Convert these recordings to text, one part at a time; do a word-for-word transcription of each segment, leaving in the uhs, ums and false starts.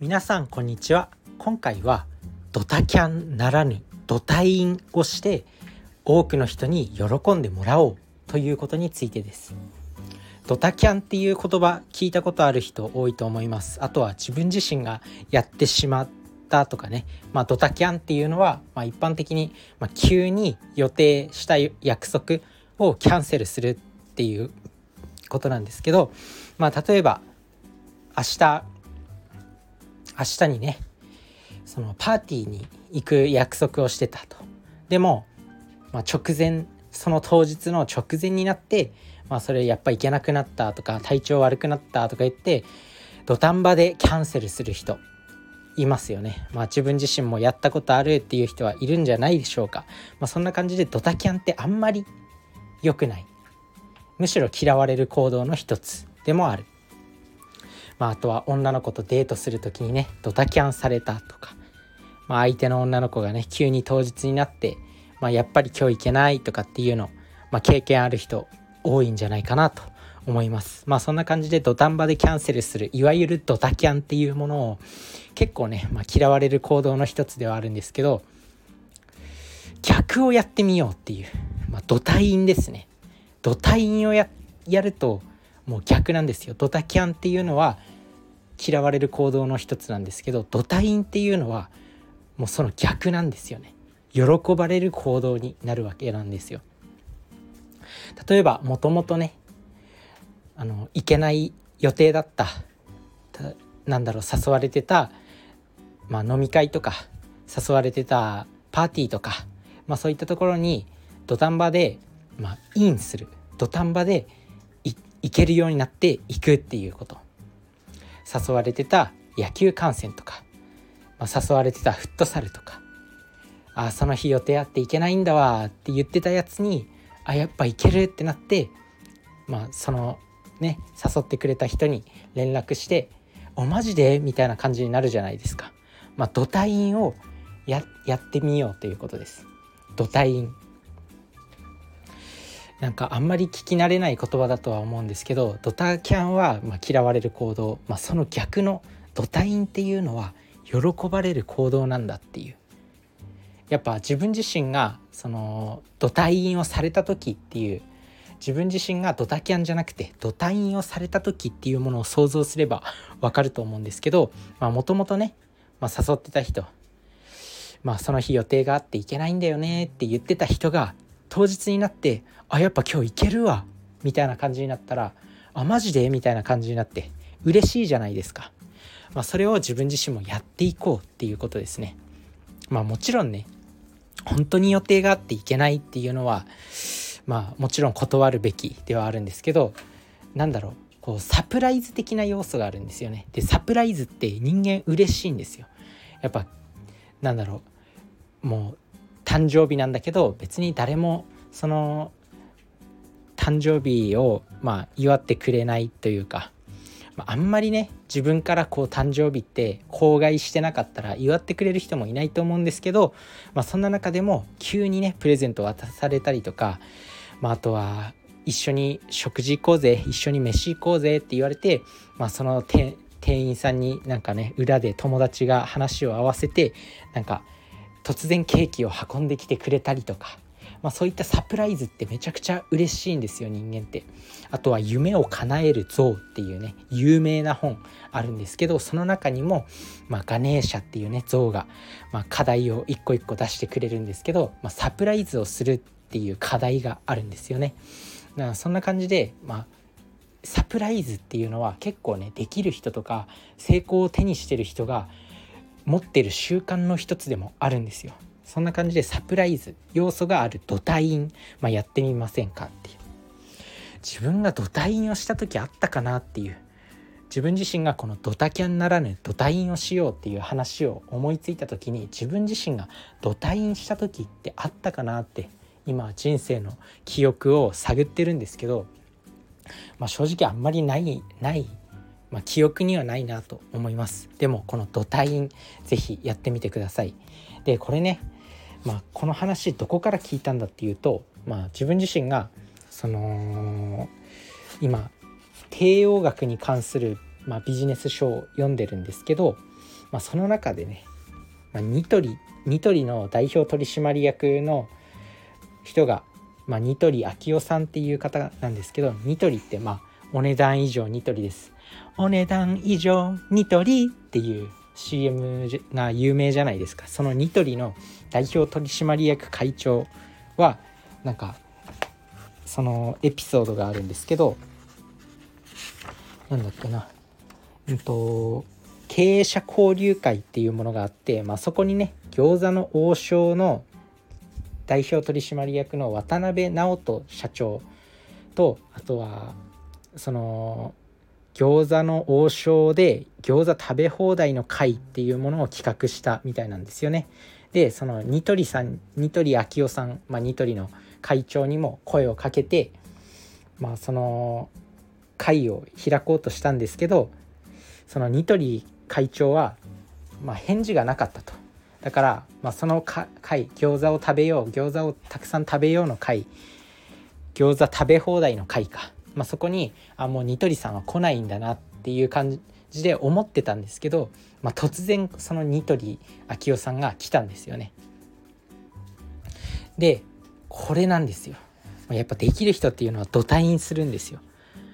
皆さんこんにちは。今回はドタキャンならぬドタインをして多くの人に喜んでもらおうということについてです。ドタキャンっていう言葉聞いたことある人多いと思います。あとは自分自身がやってしまったとかね、まあ、ドタキャンっていうのは、まあ、一般的に、まあ、急に予定した約束をキャンセルするっていうことなんですけど、まあ、例えば明日明日にねそのパーティーに行く約束をしてたと。でも、まあ、直前その当日の直前になって、まあ、それやっぱ行けなくなったとか体調悪くなったとか言って土壇場でキャンセルする人いますよね。まあ、自分自身もやったことあるっていう人はいるんじゃないでしょうか。まあ、そんな感じでドタキャンってあんまり良くない、むしろ嫌われる行動の一つでもある。まあ、あとは女の子とデートするときにねドタキャンされたとか、まあ、相手の女の子がね急に当日になって、まあ、やっぱり今日行けないとかっていうの、まあ、経験ある人多いんじゃないかなと思います。まあそんな感じで土壇場でキャンセルするいわゆるドタキャンっていうものを結構ね、まあ、嫌われる行動の一つではあるんですけど、逆をやってみようっていう、まあ、ドタインですね。ドタインを や, やるともう逆なんですよ。ドタキャンっていうのは嫌われる行動の一つなんですけど、ドタインっていうのはもうその逆なんですよね。喜ばれる行動になるわけなんですよ。例えばもともとねあの行けない予定だったなんだろう誘われてた、まあ、飲み会とか誘われてたパーティーとか、まあ、そういったところに土壇場で、まあ、インする土壇場でい行けるようになっていくっていうこと。誘われてた野球観戦とか、まあ、誘われてたフットサルとか、あその日予定あって行けないんだわって言ってたやつにあやっぱ行けるってなって、まあそのね誘ってくれた人に連絡しておマジでみたいな感じになるじゃないですか。まあドタインを や, やってみようということです。ドタインなんかあんまり聞き慣れない言葉だとは思うんですけど、ドタキャンはまあ嫌われる行動、まあ、その逆のドタインっていうのは喜ばれる行動なんだっていう。やっぱ自分自身がそのドタインをされた時っていう、自分自身がドタキャンじゃなくてドタインをされた時っていうものを想像すればわかると思うんですけど、もともとね、まあ、誘ってた人、まあ、その日予定があって行けないんだよねって言ってた人が当日になってあやっぱ今日行けるわみたいな感じになったらあマジでみたいな感じになって嬉しいじゃないですか。まあ、それを自分自身もやっていこうっていうことですね。まあもちろんね本当に予定があって行けないっていうのはまあもちろん断るべきではあるんですけど、なんだろうこうサプライズ的な要素があるんですよね。でサプライズって人間嬉しいんですよ。やっぱなんだろうもう誕生日なんだけど別に誰もその誕生日をまあ祝ってくれないというか、まあ、あんまりね自分からこう誕生日って口外してなかったら祝ってくれる人もいないと思うんですけど、まあ、そんな中でも急にねプレゼント渡されたりとか、まあ、あとは一緒に食事行こうぜ一緒に飯行こうぜって言われて、まあ、その店員さんになんかね裏で友達が話を合わせてなんか突然ケーキを運んできてくれたりとか、まあ、そういったサプライズってめちゃくちゃ嬉しいんですよ人間って。あとは夢を叶える像っていうね有名な本あるんですけど、その中にも、まあ、ガネーシャっていうね像が、まあ、課題を一個一個出してくれるんですけど、まあ、サプライズをするっていう課題があるんですよね。だからそんな感じで、まあ、サプライズっていうのは結構ねできる人とか成功を手にしてる人が持ってる習慣の一つでもあるんですよ。そんな感じでサプライズ要素があるドタイン、まあ、やってみませんかっていう。自分がドタインをした時あったかなっていう、自分自身がこのドタキャンならぬドタインをしようっていう話を思いついた時に自分自身がドタインした時ってあったかなって今人生の記憶を探ってるんですけど、まあ、正直あんまりないないまあ、記憶にはないなと思います。でもこのドタインぜひやってみてください。でこれね、まあ、この話どこから聞いたんだっていうと、まあ、自分自身がその今帝王学に関する、まあ、ビジネス書を読んでるんですけど、 まあ、その中でね、まあ、ニトリニトリの代表取締役の人が、まあ、ニトリ秋夫さんっていう方なんですけど、ニトリってまあお値段以上ニトリです、お値段以上ニトリっていう シーエム が有名じゃないですか。そのニトリの代表取締役会長はなんかそのエピソードがあるんですけど、なんだっけな、うんと経営者交流会っていうものがあって、まあ、そこにね餃子の王将の代表取締役の渡辺直人社長と、あとはその餃子の王将で餃子食べ放題の会っていうものを企画したみたいなんですよね。でそのニトリさんニトリ秋夫さん、まあ、ニトリの会長にも声をかけて、まあ、その会を開こうとしたんですけど、そのニトリ会長は、まあ、返事がなかったと。だから、まあ、その会餃子を食べよう餃子をたくさん食べようの会、餃子食べ放題の会か、まあ、そこにあもうニトリさんは来ないんだなっていう感じで思ってたんですけど、まあ、突然そのニトリ秋夫さんが来たんですよね。でこれなんですよ、やっぱできる人っていうのはドタインするんですよ。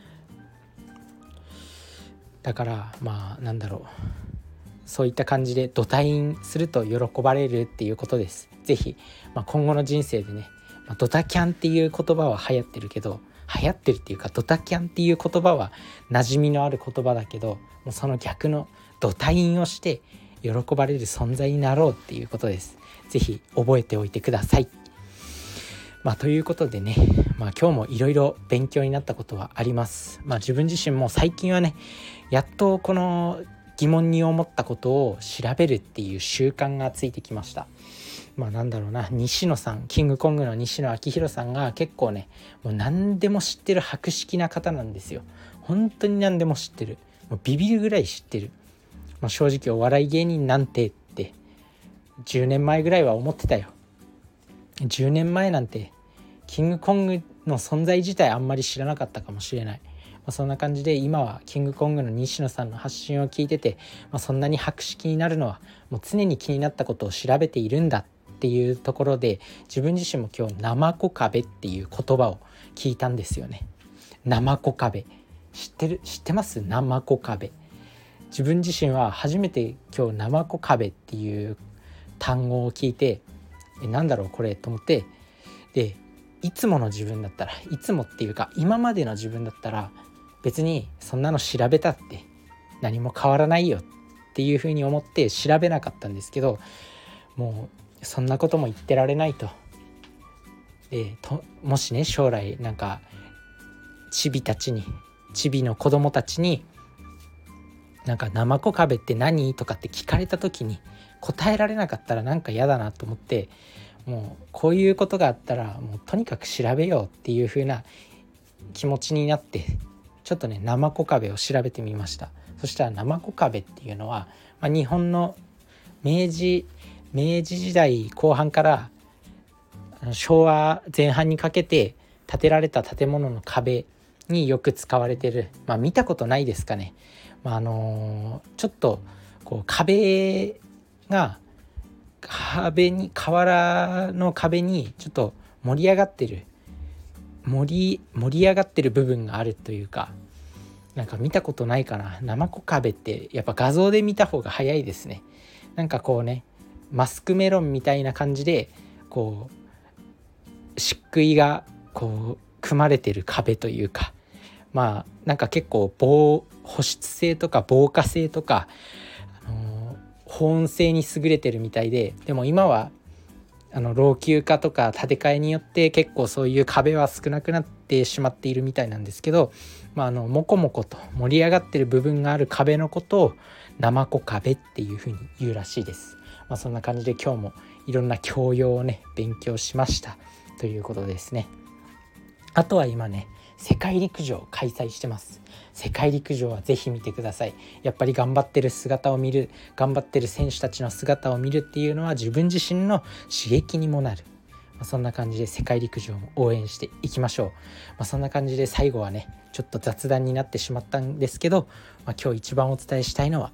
だからまあなんだろう、そういった感じでドタインすると喜ばれるっていうことです。ぜひ、まあ、今後の人生でね、まあ、ドタキャンっていう言葉は流行ってるけど流行ってるっていうかドタキャンっていう言葉は馴染みのある言葉だけど、もうその逆のドタインをして喜ばれる存在になろうっていうことです。ぜひ覚えておいてください。まあ、ということでね、まあ、今日もいろいろ勉強になったことはあります。まあ、自分自身も最近はねやっとこの疑問に思ったことを調べるっていう習慣がついてきました。まあなんだろうな、西野さん、キングコングの西野昭弘さんが結構ねもう何でも知ってる博識な方なんですよ。本当に何でも知ってる、もうビビるぐらい知ってる。まあ、正直お笑い芸人なんてってじゅうねんまえぐらいは思ってたよ。じゅうねんまえなんてキングコングの存在自体あんまり知らなかったかもしれない。まあ、そんな感じで今はキングコングの西野さんの発信を聞いてて、まあ、そんなに博識になるのはもう常に気になったことを調べているんだっていうところで、自分自身も今日ナマコ壁っていう言葉を聞いたんですよね。ナマコ壁知ってる知ってます？ナマコ壁、自分自身は初めて今日ナマコ壁っていう単語を聞いて、えなんだろうこれと思って、でいつもの自分だったら、いつもっていうか今までの自分だったら別にそんなの調べたって何も変わらないよっていうふうに思って調べなかったんですけど、もうそんなことも言ってられないと。でともしね将来なんかチビたちにチビの子供たちになんかナマコ壁って何とかって聞かれた時に答えられなかったらなんか嫌だなと思って、もうこういうことがあったらもうとにかく調べようっていう風な気持ちになって、ちょっとねナマコ壁を調べてみました。そしたらナマコ壁っていうのは、まあ、日本の明治明治時代後半から昭和前半にかけて建てられた建物の壁によく使われてる、まあ見たことないですかね。まあ、あのー、ちょっとこう壁が壁に瓦の壁にちょっと盛り上がってる盛り盛り上がってる部分があるというか、なんか見たことないかな。ナマコ壁ってやっぱ画像で見た方が早いですね。なんかこうねマスクメロンみたいな感じでこう漆喰がこう組まれてる壁というか、まあなんか結構防保湿性とか防火性とか、あのー、保温性に優れてるみたいで、でも今はあの老朽化とか建て替えによって結構そういう壁は少なくなってしまっているみたいなんですけど、まあ、あのモコモコと盛り上がってる部分がある壁のことをナマコ壁っていうふうに言うらしいです。まあ、そんな感じで今日もいろんな教養をね勉強しましたということですね。あとは今ね世界陸上開催してます。世界陸上はぜひ見てください。やっぱり頑張ってる姿を見る、頑張ってる選手たちの姿を見るっていうのは自分自身の刺激にもなる。まあ、そんな感じで世界陸上も応援していきましょう。まあ、そんな感じで最後はねちょっと雑談になってしまったんですけど、まあ、今日一番お伝えしたいのは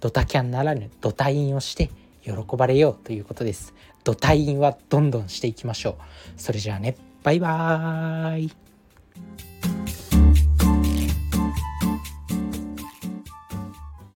ドタキャンならぬドタインをして喜ばれようということです。ドタインはどんどんしていきましょう。それじゃあね、バイバーイ。